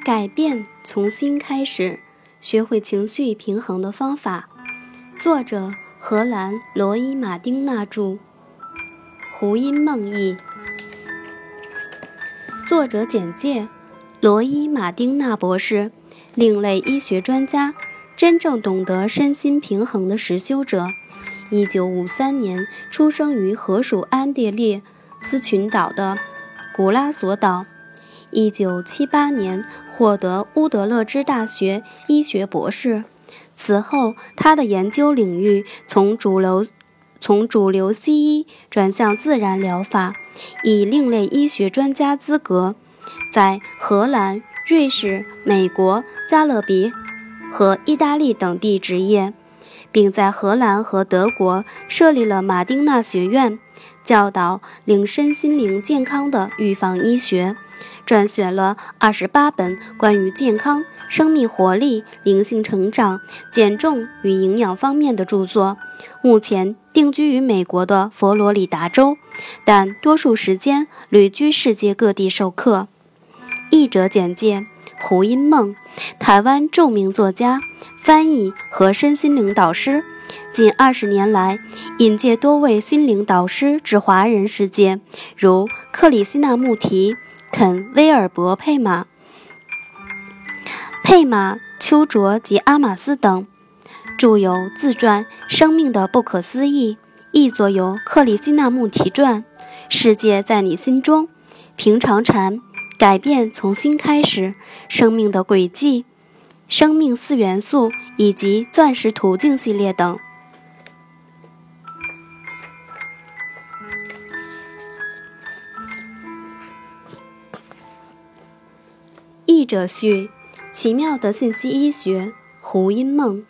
改变从心开始，学会情绪平衡的方法。作者荷兰罗伊·马丁纳著，胡因梦译。作者简介：罗伊·马丁纳博士，另类医学专家，真正懂得身心平衡的实修者。1953年出生于荷属安地列斯群岛的古拉索岛。1978年获得乌德勒支大学医学博士。此后，他的研究领域从主流西医转向自然疗法，以另类医学专家资格，在荷兰、瑞士、美国、加勒比和意大利等地执业，并在荷兰和德国设立了马丁纳学院，教导领身心灵健康的预防医学，撰选了28本关于健康、生命活力、灵性成长、减重与营养方面的著作。目前定居于美国的佛罗里达州，但多数时间旅居世界各地授课。译者简介：胡因梦，台湾著名作家、翻译和身心灵导师，近20年来引介多位心灵导师至华人世界，如克里希那穆提、肯威尔伯佩马、丘卓及阿玛斯等，著有自传《生命的不可思议》，译作有《克里希那穆提传》、《世界在你心中》、《平常禅》、《改变从心开始》、《生命的轨迹》、《生命4元素》以及《钻石途径》系列等。译者序：奇妙的信息医学，胡因梦。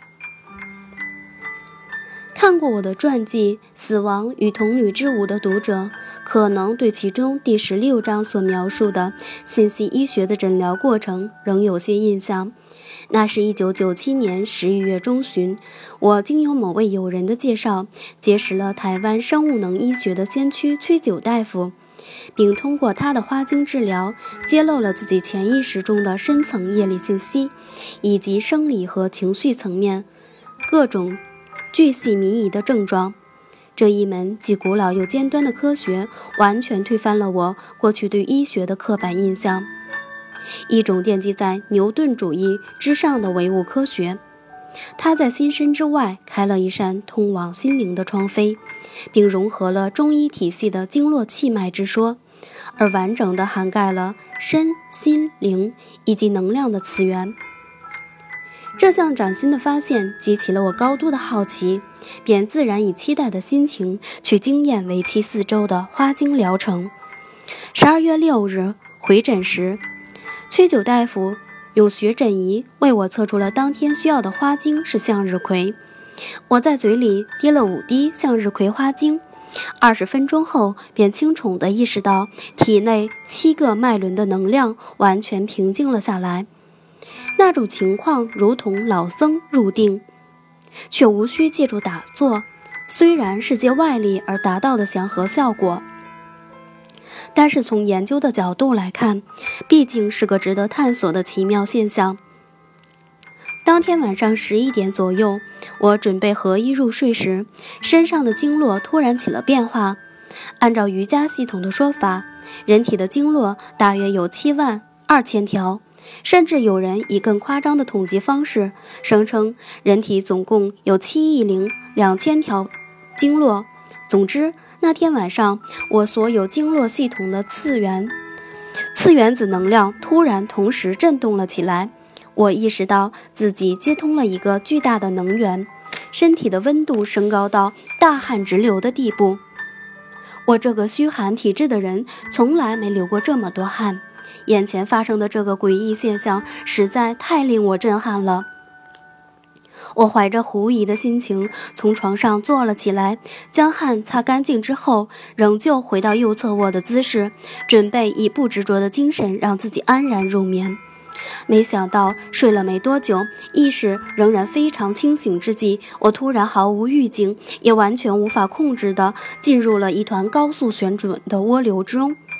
看过我的传记《死亡与童女之舞》的读者，可能对其中第16章所描述的信息医学的诊疗过程仍有些印象。那是1997年11月中旬，我经由某位友人的介绍，结识了台湾生物能医学的先驱崔九大夫，并通过他的花精治疗，揭露了自己潜意识中的深层业力信息，以及生理和情绪层面各种巨细靡遗的症状。这一门既古老又尖端的科学，完全推翻了我过去对医学的刻板印象，一种奠基在牛顿主义之上的唯物科学。它在心身之外开了一扇通往心灵的窗扉，并融合了中医体系的经络气脉之说，而完整地涵盖了身心灵以及能量的次元。这项崭新的发现激起了我高度的好奇，便自然以期待的心情去经验为期4周的花精疗程。12月6日回诊时，崔九大夫用血诊仪为我测出了当天需要的花精是向日葵。我在嘴里滴了5滴向日葵花精，20分钟后便清楚地意识到体内7个脉轮的能量完全平静了下来。那种情况如同老僧入定，却无需借助打坐，虽然是借外力而达到的祥和效果，但是从研究的角度来看，毕竟是个值得探索的奇妙现象。当天晚上11点左右，我准备合衣入睡时，身上的经络突然起了变化。按照瑜伽系统的说法，人体的经络大约有72000条，甚至有人以更夸张的统计方式声称人体总共有7亿02000条经络。总之，那天晚上我所有经络系统的次原子能量突然同时震动了起来。我意识到自己接通了一个巨大的能源，身体的温度升高到大汗直流的地步。我这个虚寒体质的人从来没流过这么多汗，眼前发生的这个诡异现象实在太令我震撼了。我怀着狐疑的心情从床上坐了起来，将汗擦干净之后，仍旧回到右侧卧的姿势，准备以不执着的精神让自己安然入眠。没想到睡了没多久，意识仍然非常清醒之际，我突然毫无预警，也完全无法控制地进入了一团高速旋转的涡流中。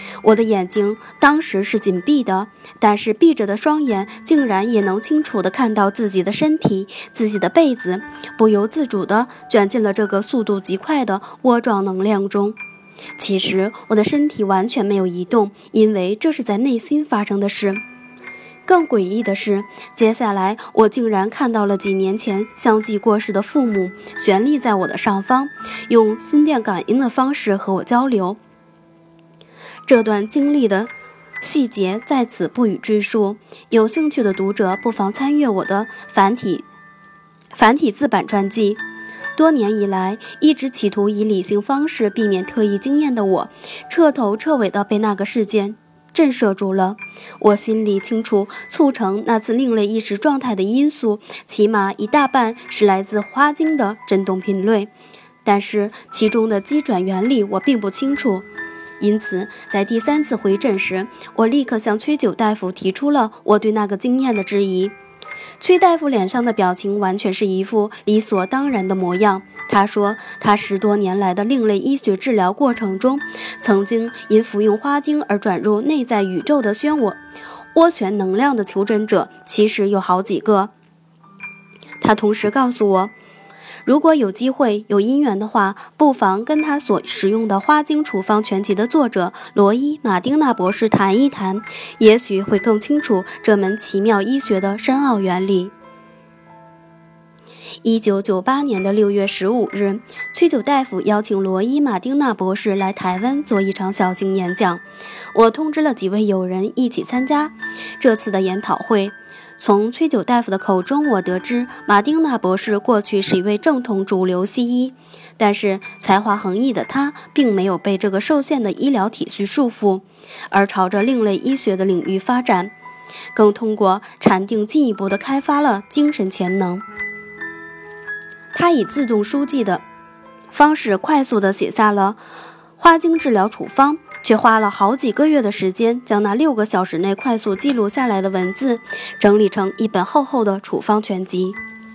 我的眼睛当时是紧闭的，但是闭着的双眼竟然也能清楚地看到自己的身体，自己的被子，不由自主地卷进了这个速度极快的窝状能量中。其实我的身体完全没有移动，因为这是在内心发生的事。更诡异的是，接下来我竟然看到了几年前相继过世的父母悬立在我的上方，用心电感应的方式和我交流。这段经历的细节在此不予赘述，有兴趣的读者不妨参阅我的繁体字版传记。多年以来，一直企图以理性方式避免特异经验的我，彻头彻尾地被那个事件震慑住了。我心里清楚，促成那次另类意识状态的因素，起码一大半是来自花精的振动频率，但是其中的机转原理我并不清楚。因此，在第3次回诊时，我立刻向崔九大夫提出了我对那个经验的质疑。崔大夫脸上的表情完全是一副理所当然的模样。他说，他10多年来的另类医学治疗过程中，曾经因服用花精而转入内在宇宙的涡旋能量的求诊者，其实有好几个。他同时告诉我，如果有机会有因缘的话，不妨跟他所使用的《花精处方全集》的作者罗伊·马丁纳博士谈一谈，也许会更清楚这门奇妙医学的深奥原理。1998年的6月15日，崔九大夫邀请罗伊·马丁纳博士来台湾做一场小型演讲，我通知了几位友人一起参加这次的研讨会。从崔九大夫的口中，我得知马丁纳博士过去是一位正统主流西医，但是才华横溢的他并没有被这个受限的医疗体系束缚，而朝着另类医学的领域发展，更通过禅定进一步地开发了精神潜能。他以自动书记的方式快速地写下了花精治疗处方，却花了好几个月的时间，将那6个小时内快速记录下来的文字整理成一本厚厚的处方全集。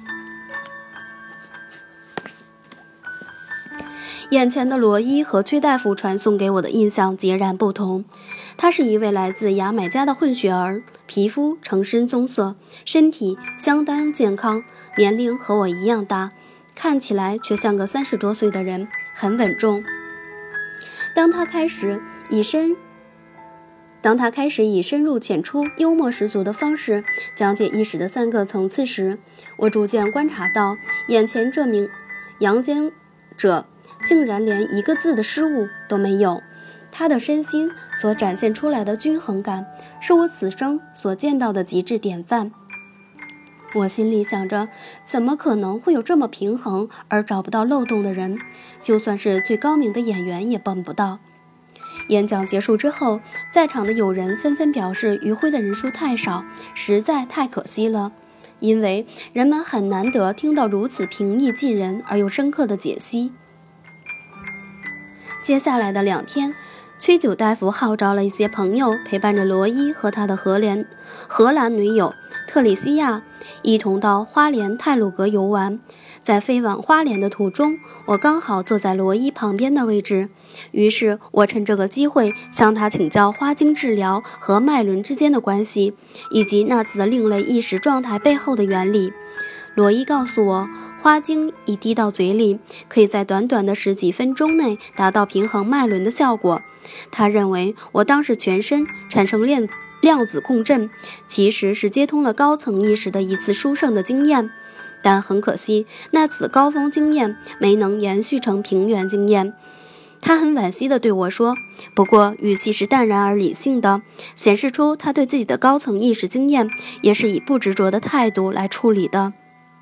眼前的罗伊和崔大夫传送给我的印象截然不同。他是一位来自牙买加的混血儿，皮肤呈深棕色，身体相当健康，年龄和我一样大，看起来却像个30多岁的人，很稳重。当他开始以深入浅出、幽默十足的方式讲解意识的3个层次时，我逐渐观察到，眼前这名阳间者竟然连一个字的失误都没有。他的身心所展现出来的均衡感，是我此生所见到的极致典范。我心里想着，怎么可能会有这么平衡而找不到漏洞的人？就算是最高明的演员也办不到。演讲结束之后，在场的友人纷纷表示与会的人数太少，实在太可惜了，因为人们很难得听到如此平易近人而又深刻的解析。接下来的2天，崔九大夫号召了一些朋友，陪伴着罗伊和他的荷兰女友特里西亚一同到花莲太鲁阁游玩。在飞往花莲的途中，我刚好坐在罗伊旁边的位置，于是我趁这个机会向他请教花精治疗和脉轮之间的关系，以及那次的另类意识状态背后的原理。罗伊告诉我，花精一滴到嘴里，可以在短短的10几分钟内达到平衡脉轮的效果。他认为我当时全身产生量子共振，其实是接通了高层意识的一次殊胜的经验，但很可惜，那次高峰经验没能延续成平原经验。他很惋惜地对我说，不过语气是淡然而理性的，显示出他对自己的高层意识经验也是以不执着的态度来处理的。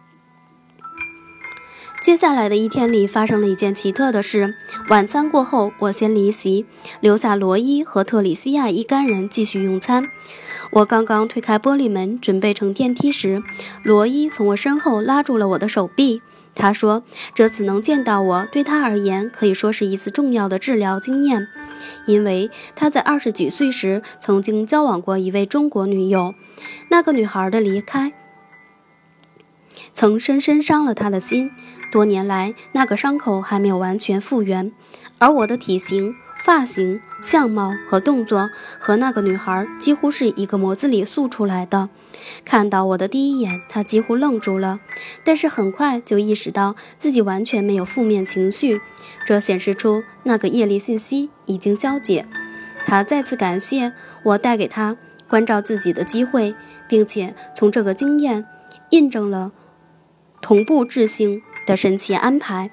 接下来的1天里发生了一件奇特的事。晚餐过后，我先离席，留下罗伊和特里西亚一干人继续用餐。我刚刚推开玻璃门准备乘电梯时，罗伊从我身后拉住了我的手臂。他说，这次能见到我对他而言可以说是一次重要的治疗经验，因为他在20几岁时曾经交往过一位中国女友，那个女孩的离开曾深深伤了他的心，多年来那个伤口还没有完全复原，而我的体型、发型、 相貌和动作和那个女孩几乎是一个模子里塑出来的。看到我的第一眼，他几乎愣住了，但是很快就意识到自己完全没有负面情绪，这显示出那个业力信息已经消解。他再次感谢我带给他关照自己的机会，并且从这个经验印证了同步智性的神奇安排。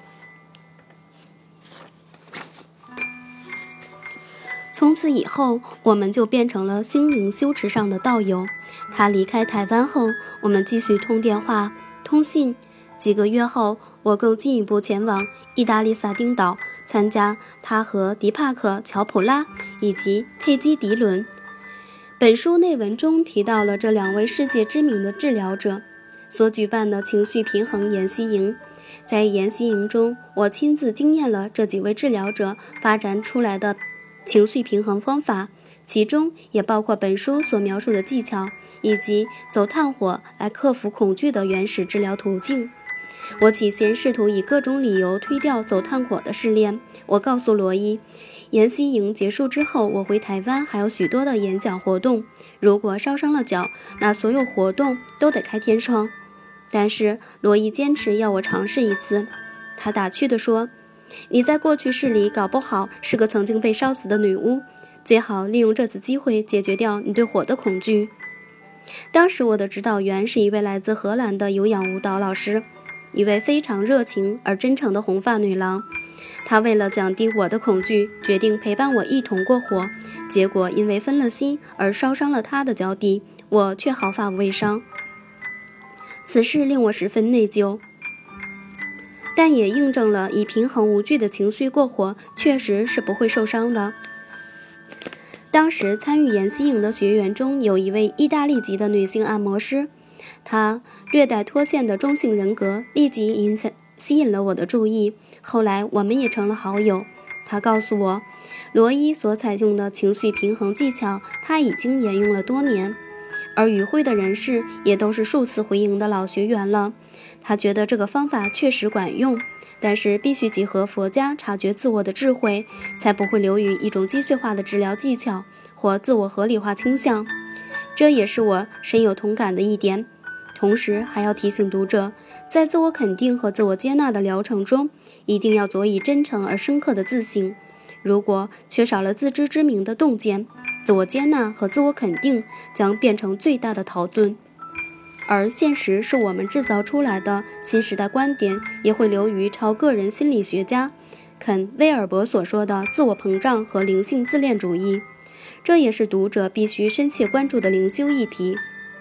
从此以后，我们就变成了心灵修持上的道友。他离开台湾后，我们继续通电话、通信。几个月后，我更进一步前往意大利萨丁岛，参加他和迪帕克·乔普拉以及佩基·迪伦。本书内文中提到了这2位世界知名的治疗者所举办的情绪平衡研习营。在研习营中，我亲自经验了这几位治疗者发展出来的情绪平衡方法，其中也包括本书所描述的技巧，以及走炭火来克服恐惧的原始治疗途径。我起先试图以各种理由推掉走炭火的试炼。我告诉罗伊，研习营结束之后，我回台湾还有许多的演讲活动，如果烧伤了脚，那所有活动都得开天窗。但是罗伊坚持要我尝试一次。他打趣地说，你在过去世里搞不好是个曾经被烧死的女巫，最好利用这次机会解决掉你对火的恐惧。当时我的指导员是一位来自荷兰的有氧舞蹈老师，一位非常热情而真诚的红发女郎。她为了降低我的恐惧，决定陪伴我一同过火，结果因为分了心而烧伤了她的脚底，我却毫发未伤。此事令我十分内疚，但也印证了以平衡无惧的情绪过火确实是不会受伤的。当时参与研习营的学员中有一位意大利籍的女性按摩师，她略带脱线的中性人格立即吸引了我的注意，后来我们也成了好友。她告诉我，罗伊所采用的情绪平衡技巧她已经沿用了多年，而与会的人士也都是数次回营的老学员了。他觉得这个方法确实管用，但是必须结合佛家察觉自我的智慧，才不会流于一种机械化的治疗技巧或自我合理化倾向。这也是我深有同感的一点。同时还要提醒读者，在自我肯定和自我接纳的疗程中，一定要佐以真诚而深刻的自省。如果缺少了自知之明的洞见，自我接纳和自我肯定将变成最大的逃遁，而现实是我们制造出来的新时代观点也会流于超个人心理学家肯·威尔伯所说的自我膨胀和灵性自恋主义。这也是读者必须深切关注的灵修议题。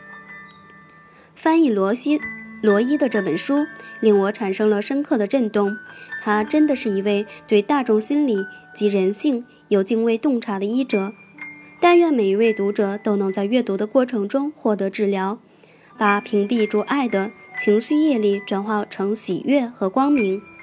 翻译罗伊的这本书令我产生了深刻的震动，他真的是一位对大众心理及人性有精微洞察的医者。但愿每一位读者都能在阅读的过程中获得治疗，把屏蔽住爱的情绪业力转化成喜悦和光明。